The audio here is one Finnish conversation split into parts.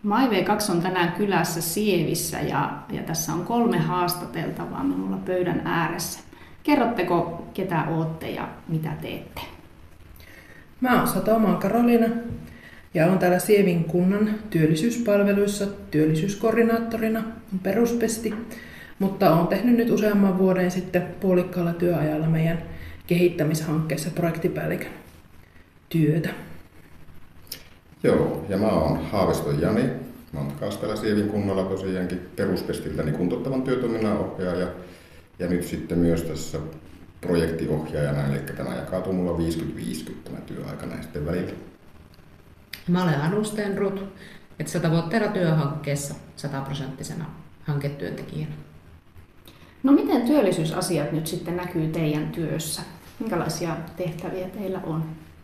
MyV2 on tänään kylässä Sievissä ja tässä on 3 haastateltavaa minulla pöydän ääressä. Kerrotteko, ketä olette ja mitä teette? Mä oon Satamaan Karoliina ja olen täällä Sievin kunnan työllisyyspalveluissa työllisyyskoordinaattorina, peruspesti, mutta olen tehnyt nyt useamman vuoden sitten puolikkaalla työajalla meidän kehittämishankkeessa projektipäällikön työtä. Joo, ja mä oon Haaviston Jani. Mä oon taas täällä Sievin kunnalla tosiaankin peruspestiltäni kuntouttavan työtoiminnan ohjaaja ja nyt sitten myös tässä projektiohjaajana, eli tämä jakautuu mulla 50-50 tämä työaika näisten välillä. Mä olen Anu Stenrut, että sä tavoitteena työhankkeessa 100% hanketyöntekijänä. No miten työllisyysasiat nyt sitten näkyy teidän työssä? Minkälaisia tehtäviä teillä on?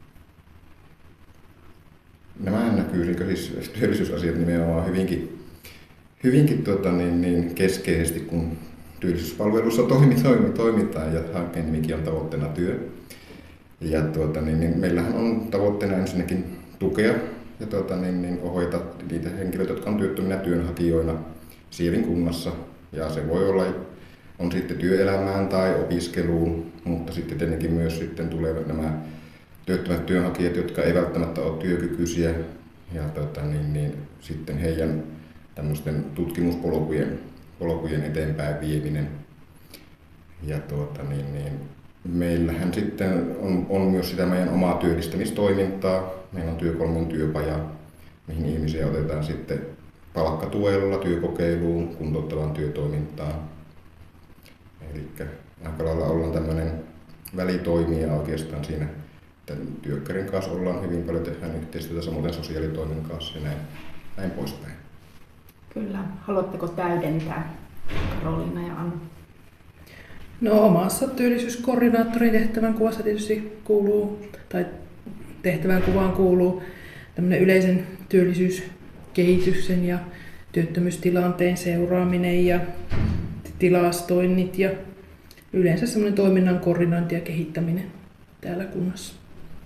Nämä näkyy siis työllisyysasiat nimenomaan hyvinkin keskeisesti, kun työllisyyspalvelussa toimitaan ja hankkeen nimikin on tavoitteena työ. Ja meillähän on tavoitteena ensinnäkin tukea ja ohjata niitä henkilöitä, jotka on työttöminä työnhakijoina Sievin kunnassa. Ja se voi olla on sitten työelämään tai opiskeluun, mutta sitten tietenkin myös sitten tulee nämä työttömät työnhakijat, jotka ei välttämättä ole työkykyisiä ja sitten heidän tämmöisten tutkimuspolkujen eteenpäin vieminen. Ja meillähän sitten on myös sitä meidän omaa työllistämistoimintaa. Meillä on Työkolmion työpaja, mihin ihmisiä otetaan sitten palkkatuella työkokeiluun, kuntouttavaan työtoimintaan. Eli aika lailla ollaan tämmöinen välitoimija oikeastaan siinä. Työkkärin kanssa ollaan hyvin paljon, tehdään yhteistyötä samoin sosiaalitoiminnan kanssa ja näin poispäin. Kyllä. Haluatteko täydentää, Karoliina ja Anu? No omassa työllisyyskoordinaattorin tehtävän kuvassa tietysti tehtävän kuvaan kuuluu tämmöinen yleisen työllisyyskehityksen ja työttömyystilanteen seuraaminen ja tilastoinnit ja yleensä semmoinen toiminnan koordinointi ja kehittäminen täällä kunnassa.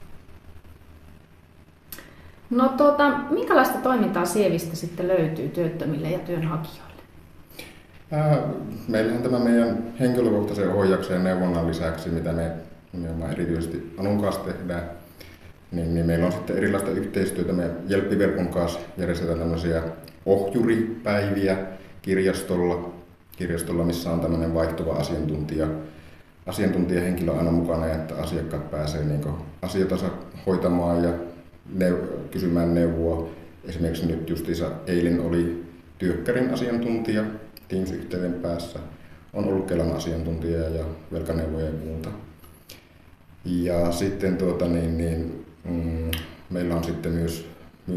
No minkälaista toimintaa Sievistä sitten löytyy työttömille ja työnhakijoille? Meillähän tämä meidän henkilökohtaisen ohjauksen ja neuvonnan lisäksi, mitä me erityisesti Anun kanssa tehdään, niin meillä on sitten erilaista yhteistyötä. Me Jelppiverkon kanssa järjestetään tämmöisiä ohjuripäiviä kirjastolla, missä on tämmöinen vaihtuva asiantuntijahenkilö aina mukana, että asiakkaat pääsee asioitansa hoitamaan ja kysymään neuvoa. Esimerkiksi nyt justiinsa eilen oli Työkkärin asiantuntija Teams-yhteyden päässä, on ollut Kelan asiantuntija ja velkaneuvoja ja muuta. Ja sitten meillä on sitten myös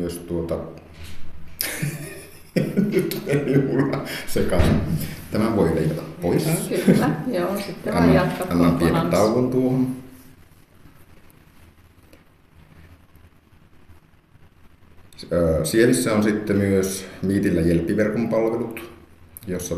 nyt meni mulla sekaisin. Tämän voi leikata pois. Kyllä, joo, sitten vaan jatkaa. Annan pienen tauon tuohon. Sievissä on sitten myös Miitillä Jelppiverkon palvelut, jossa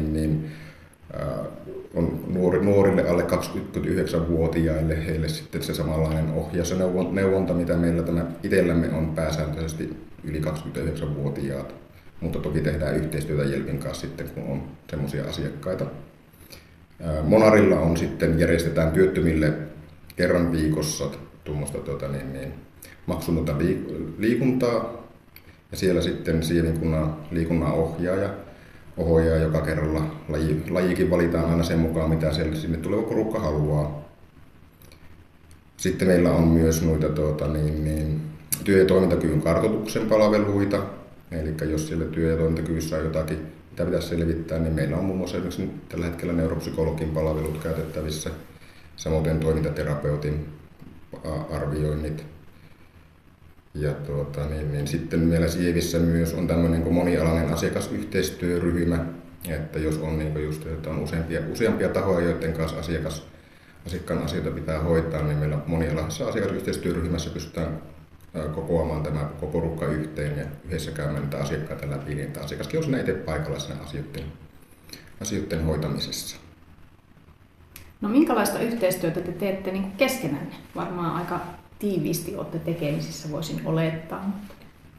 on nuorille alle 29-vuotiaille heille sitten se samanlainen ohjaus ja neuvonta, mitä meillä itsellämme on pääsääntöisesti yli 29-vuotiaat. Mutta toki tehdään yhteistyötä Jelpin kanssa sitten, kun on semmoisia asiakkaita. Monarilla on sitten, järjestetään työttömille kerran viikossa tuommoista maksutonta liikuntaa. Ja siellä sitten Sievin kunnan liikunnan ohjaaja, joka kerralla lajikin valitaan aina sen mukaan, mitä sinne tuleva porukka haluaa. Sitten meillä on myös noita työ- ja toimintakyvyn kartoituksen palveluita. Eli jos siellä työ- ja toimintakyvyssä on jotakin, mitä pitäisi selvittää, niin meillä on muun muassa esimerkiksi tällä hetkellä neuropsykologin palvelut käytettävissä, samoin toimintaterapeutin arvioinnit. Ja sitten meillä Sievissä myös on tämmöinen monialainen asiakasyhteistyöryhmä, että jos on että on useampia tahoja, joiden kanssa asiakkaan asioita pitää hoitaa, niin meillä monialaisessa asiakasyhteistyöryhmässä pystytään kokoamaan tämä koko porukka yhteen ja yhdessä käymään niitä asiakkaita läpi, niin että asiakaskin on siinä itse paikalla siinä asioiden hoitamisessa. No minkälaista yhteistyötä te teette keskenänne? Varmaan aika tiiviisti olette tekemisissä, voisin olettaa.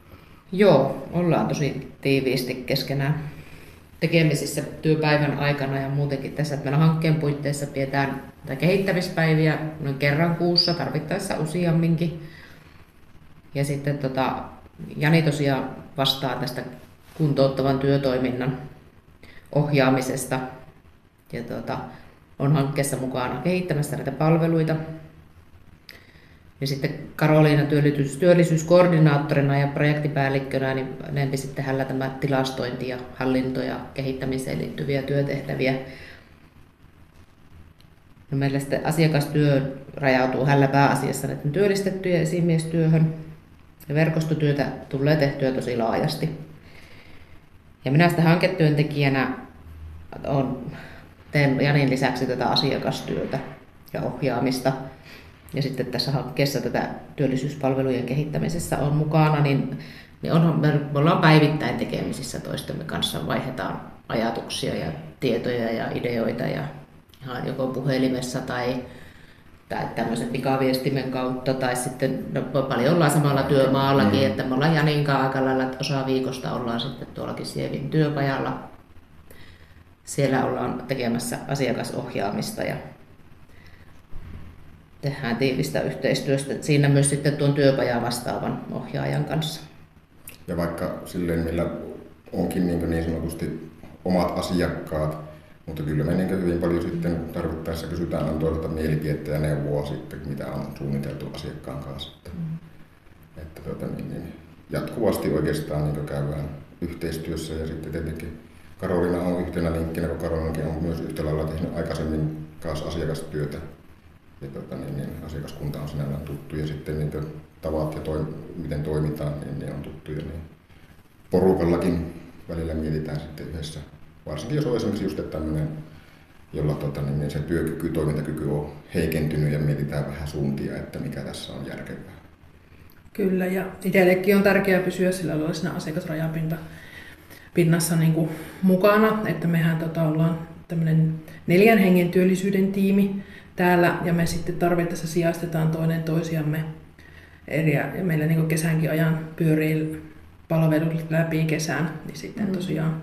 Joo, ollaan tosi tiiviisti keskenään tekemisissä työpäivän aikana ja muutenkin tässä, että meillä hankkeen puitteissa pidetään kehittämispäiviä noin kerran kuussa, tarvittaessa useamminkin. Ja sitten Jani tosiaan vastaa tästä kuntouttavan työtoiminnan ohjaamisesta ja on hankkeessa mukana kehittämässä näitä palveluita. Ja sitten Karoliina työllisyyskoordinaattorina ja projektipäällikkönä niin enempi sitten hänellä tämä tilastointi ja hallinto ja kehittämiseen liittyviä työtehtäviä. No meillä sitten asiakastyö rajautuu hänellä pääasiassa näiden työllistettyjen esimiestyöhön. Ja verkostotyötä tulee tehtyä tosi laajasti. Ja minä sitten hanketyöntekijänä teen Janin lisäksi tätä asiakastyötä ja ohjaamista. Ja sitten tässä hankkeessa tätä työllisyyspalvelujen kehittämisessä on mukana, niin me ollaan päivittäin tekemisissä toistemme kanssa, vaihdetaan ajatuksia ja tietoja ja ideoita ja ihan joko puhelimessa tai tämmöisen pikaviestimen kautta tai sitten paljon ollaan samalla työmaallakin, että me ollaan Janin kanssa aika lailla, että osa viikosta ollaan sitten tuollakin Sievin työpajalla. Siellä ollaan tekemässä asiakasohjaamista ja tehdään tiivistä yhteistyöstä siinä myös sitten tuon työpajan vastaavan ohjaajan kanssa. Ja vaikka silleen, millä onkin niin sanotusti omat asiakkaat, mutta kyllä me hyvin paljon sitten tarvittaessa kysytään toiselta mielipidettä ja neuvoa sitten, mitä on suunniteltu asiakkaan kanssa. Että jatkuvasti oikeastaan käydään yhteistyössä ja sitten tietenkin Karoliina on yhtenä linkkinä, kun Karoliinakin on myös yhtä lailla tehnyt aikaisemmin kanssa asiakastyötä. Ja asiakaskunta on sinällään tuttu ja sitten tavat ja miten toimitaan niin on tuttuja. Niin porukallakin välillä mietitään sitten yhdessä. Varsinkin jos on esimerkiksi just tämmöinen, jolla se työkyky, toimintakyky on heikentynyt ja mietitään vähän suuntia, että mikä tässä on järkevää. Kyllä, ja itsellekin on tärkeää pysyä sillä lailla siinä asiakasrajapinnassa niin kuin mukana, että mehän ollaan tämmöinen 4 hengen työllisyyden tiimi täällä ja me sitten tarvittaessa sijaistetaan toinen toisiamme ja meillä niin kuin kesänkin ajan pyörii palvelut läpi kesän, niin sitten tosiaan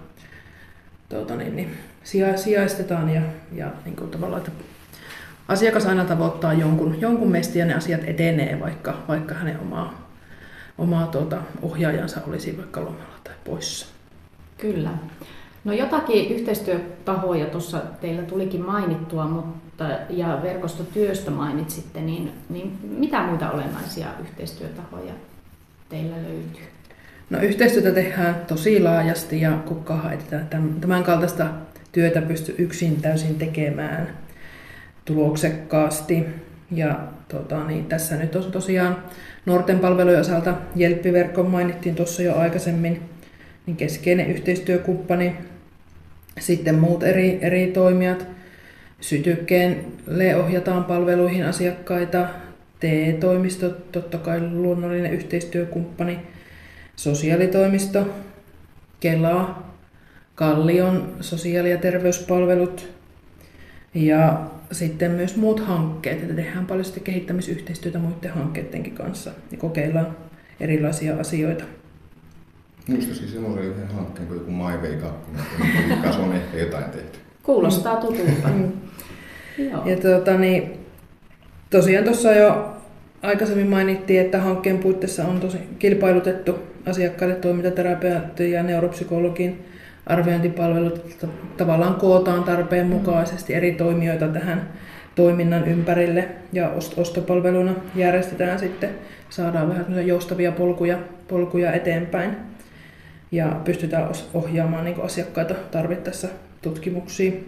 sijaistetaan ja niin kuin tavallaan, että asiakas aina tavoittaa jonkun meistä ja ne asiat etenee, vaikka hänen omaa ohjaajansa olisi vaikka lomalla tai poissa. Kyllä. No jotakin yhteistyötahoja tuossa teillä tulikin mainittua, ja verkostotyöstä mainitsitte, niin mitä muita olennaisia yhteistyötahoja teillä löytyy? No yhteistyötä tehdään tosi laajasti ja kukaan ei tämän kaltaista työtä pysty yksin täysin tekemään tuloksekkaasti. Ja tässä nyt on tosiaan nuorten palvelujen osalta Jelppi-verkko mainittiin tuossa jo aikaisemmin, niin keskeinen yhteistyökumppani. Sitten muut eri toimijat. Sytykkeelle ohjataan palveluihin asiakkaita. TE-toimisto, totta kai luonnollinen yhteistyökumppani. Sosiaalitoimisto, Kela, Kallion sosiaali- ja terveyspalvelut ja sitten myös muut hankkeet. Että tehdään paljon sitten kehittämisyhteistyötä muiden hankkeidenkin kanssa ja kokeillaan erilaisia asioita. Muistaisin semmoisen yhden hankkeen kuin joku MyWay 2, kanssa on ehkä jotain tehty. Kuulostaa tutulta. Ja tosiaan tuossa jo aikaisemmin mainittiin, että hankkeen puitteissa on tosi kilpailutettu asiakkaille toimintaterapeutin ja neuropsykologin arviointipalvelut. Tavallaan kootaan tarpeen mukaisesti eri toimijoita tähän toiminnan ympärille ja ostopalveluna järjestetään sitten, saadaan vähän joustavia polkuja eteenpäin ja pystytään ohjaamaan niin kuin asiakkaita tarvittaessa tutkimuksiin.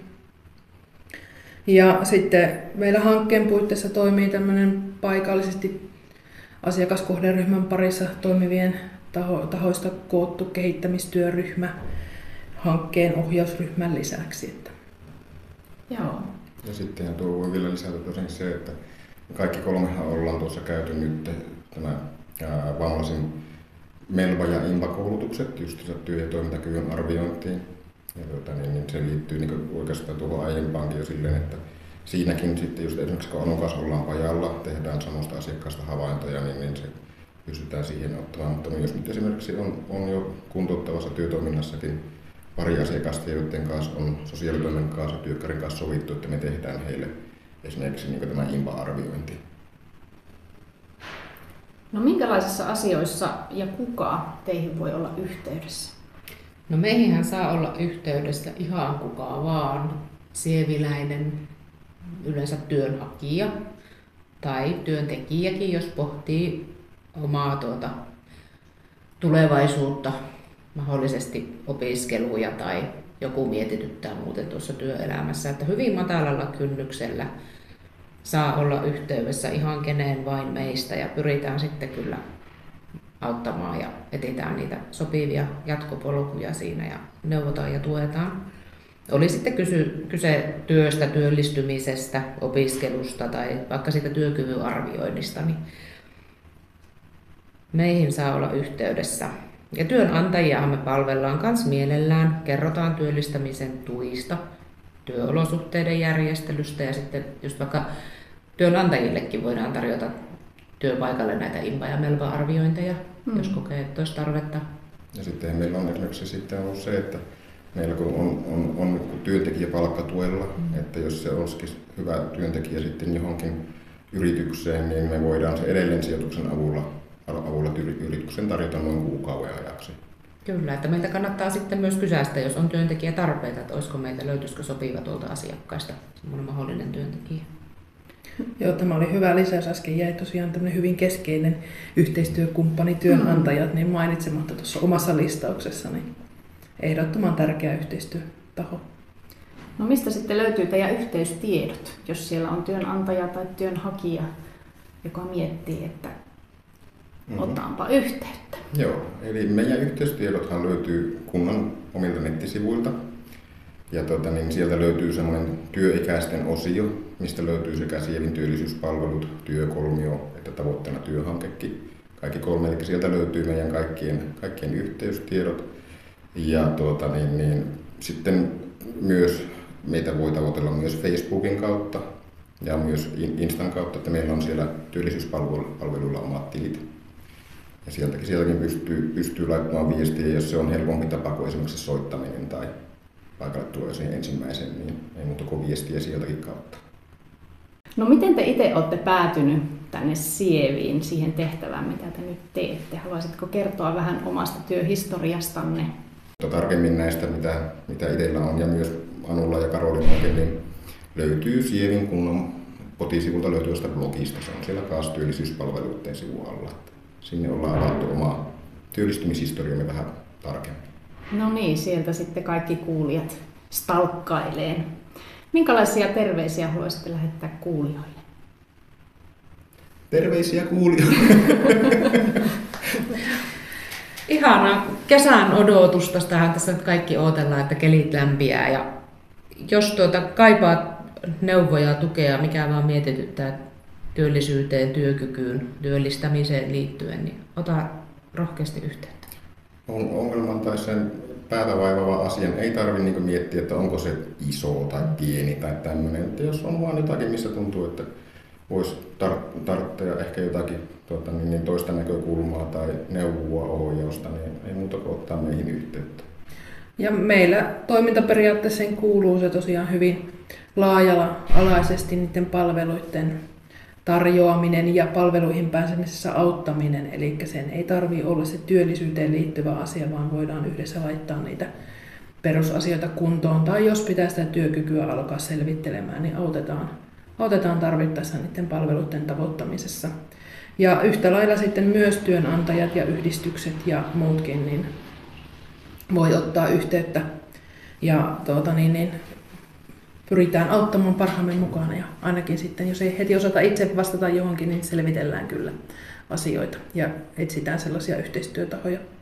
Ja sitten meillä hankkeen puitteissa toimii tämmöinen paikallisesti asiakaskohderyhmän parissa toimivien tahoista koottu kehittämistyöryhmä hankkeen ohjausryhmän lisäksi. Joo. Ja sitten tuo voi vielä lisätä tosiaan se, että kaikki 3 ollaan tuossa käyty nyt tämä vammaisen MELVA- ja IMPA-koulutukset just työ- ja toimintakyvyn arviointiin. Ja se liittyy niin oikeastaan tuohon aiempankin jo silleen, että siinäkin sitten just esimerkiksi kun Anukas ollaan pajalla, tehdään samasta asiakkaasta havaintoja, niin se pystytään siihen ottamaan. Mutta jos nyt esimerkiksi on jo kuntouttavassa työtoiminnassakin pari asiakasta, joiden kanssa on sosiaalitoimen kanssa ja työkkärin kanssa sovittu, että me tehdään heille esimerkiksi niin tämä IMPA-arviointi. No minkälaisissa asioissa ja kuka teihin voi olla yhteydessä? No meihinhän saa olla yhteydessä ihan kuka vaan. Sieviläinen, yleensä työnhakija tai työntekijäkin, jos pohtii omaa tulevaisuutta, mahdollisesti opiskeluja tai joku mietityttää muuten tuossa työelämässä. Että hyvin matalalla kynnyksellä saa olla yhteydessä ihan keneen vain meistä ja pyritään sitten kyllä auttamaan ja etsitään niitä sopivia jatkopolkuja siinä ja neuvotaan ja tuetaan. Oli sitten kyse työstä, työllistymisestä, opiskelusta tai vaikka siitä työkyvyn arvioinnista, niin meihin saa olla yhteydessä. Ja työnantajia me palvellaan myös mielellään, kerrotaan työllistämisen tuista, työolosuhteiden järjestelystä ja sitten just vaikka työnantajillekin voidaan tarjota työpaikalle näitä IMPA- ja MELPA-arviointeja, jos kokee, että olisi tarvetta. Ja sitten meillä on esimerkiksi sitten ollut se, että meillä kun on työntekijä palkkatuella, että jos se olisikin hyvä työntekijä sitten johonkin yritykseen, niin me voidaan se edelleen sijoituksen avulla yrityksen tarjota noin kuukauden ajaksi. Kyllä, että meiltä kannattaa sitten myös kysäistä, jos on työntekijätarpeita, että löytyisikö sopiva tuolta asiakkaista semmoinen mahdollinen työntekijä. Joo, tämä oli hyvä lisäys. Äsken jäi tosiaan tämmöinen hyvin keskeinen yhteistyökumppani, työnantajat, niin mainitsematta tuossa omassa listauksessani. Ehdottoman tärkeä yhteistyötaho. No mistä sitten löytyy teidän yhteystiedot, jos siellä on työnantaja tai työnhakija, joka miettii, että otaanpa yhteyttä? Joo, eli meidän yhteystiedothan löytyy kunnan omilta nettisivuilta. Ja niin sieltä löytyy semmoinen työikäisten osio, mistä löytyy sekä Sievin työllisyyspalvelut, työkolmio että tavoitteena työhankekin. Kaikki kolme, eli sieltä löytyy meidän kaikkien yhteystiedot. Ja sitten myös meitä voi tavoitella myös Facebookin kautta ja myös Instan kautta, että meillä on siellä työllisyyspalveluilla omat tilit. Ja sieltäkin pystyy laittamaan viestiä, jos se on helpompi tapa kuin esimerkiksi soittaminen tai paikalle tulee siihen ensimmäisen, niin ei muuta kuin viestiä sieltäkin kautta. No miten te itse olette päätynyt tänne Sieviin, siihen tehtävään, mitä te nyt teette? Haluaisitko kertoa vähän omasta työhistoriastanne? Tarkemmin näistä, mitä itsellä on ja myös Anulla ja Karoliinakin, niin löytyy Sievin kunnan kotisivulta löytyvästä blogista. Se on siellä taas työllisyyspalveluiden sivun alla. Sinne ollaan avattu oma työllistymishistoriamme vähän tarkemmin. No niin, sieltä sitten kaikki kuulijat stalkkaileen. Minkälaisia terveisiä haluaisitte lähettää kuulijoille? Terveisiä kuulijoille! Ihana kesän odotusta, tähän tässä nyt kaikki odotellaan, että kelit lämpiää. Ja jos kaipaat neuvoja ja tukea, mikä vaan mietityttää työllisyyteen, työkykyyn, työllistämiseen liittyen, niin ota rohkeasti yhteyttä. Ongelman tai sen päätä vaivaava asian ei tarvitse miettiä, että onko se iso tai pieni tai tämmöinen. Että jos on vaan jotakin, missä tuntuu, että voisi tarvitse ehkä jotakin toista näkökulmaa tai neuvoa, ohjausta, niin ei muuta kuin ottaa meihin yhteyttä. Ja meillä toimintaperiaatteeseen kuuluu se tosiaan hyvin laajalla alaisesti niiden palveluiden tarjoaminen ja palveluihin pääsemisessä auttaminen. Eli sen ei tarvitse olla se työllisyyteen liittyvä asia, vaan voidaan yhdessä laittaa niitä perusasioita kuntoon. Tai jos pitää sitä työkykyä alkaa selvittelemään, niin autetaan tarvittaessa niiden palveluiden tavoittamisessa. Ja yhtä lailla sitten myös työnantajat ja yhdistykset ja muutkin niin voi ottaa yhteyttä ja pyritään auttamaan parhaamme mukana. Ja ainakin sitten, jos ei heti osata itse vastata johonkin, niin selvitellään kyllä asioita ja etsitään sellaisia yhteistyötahoja,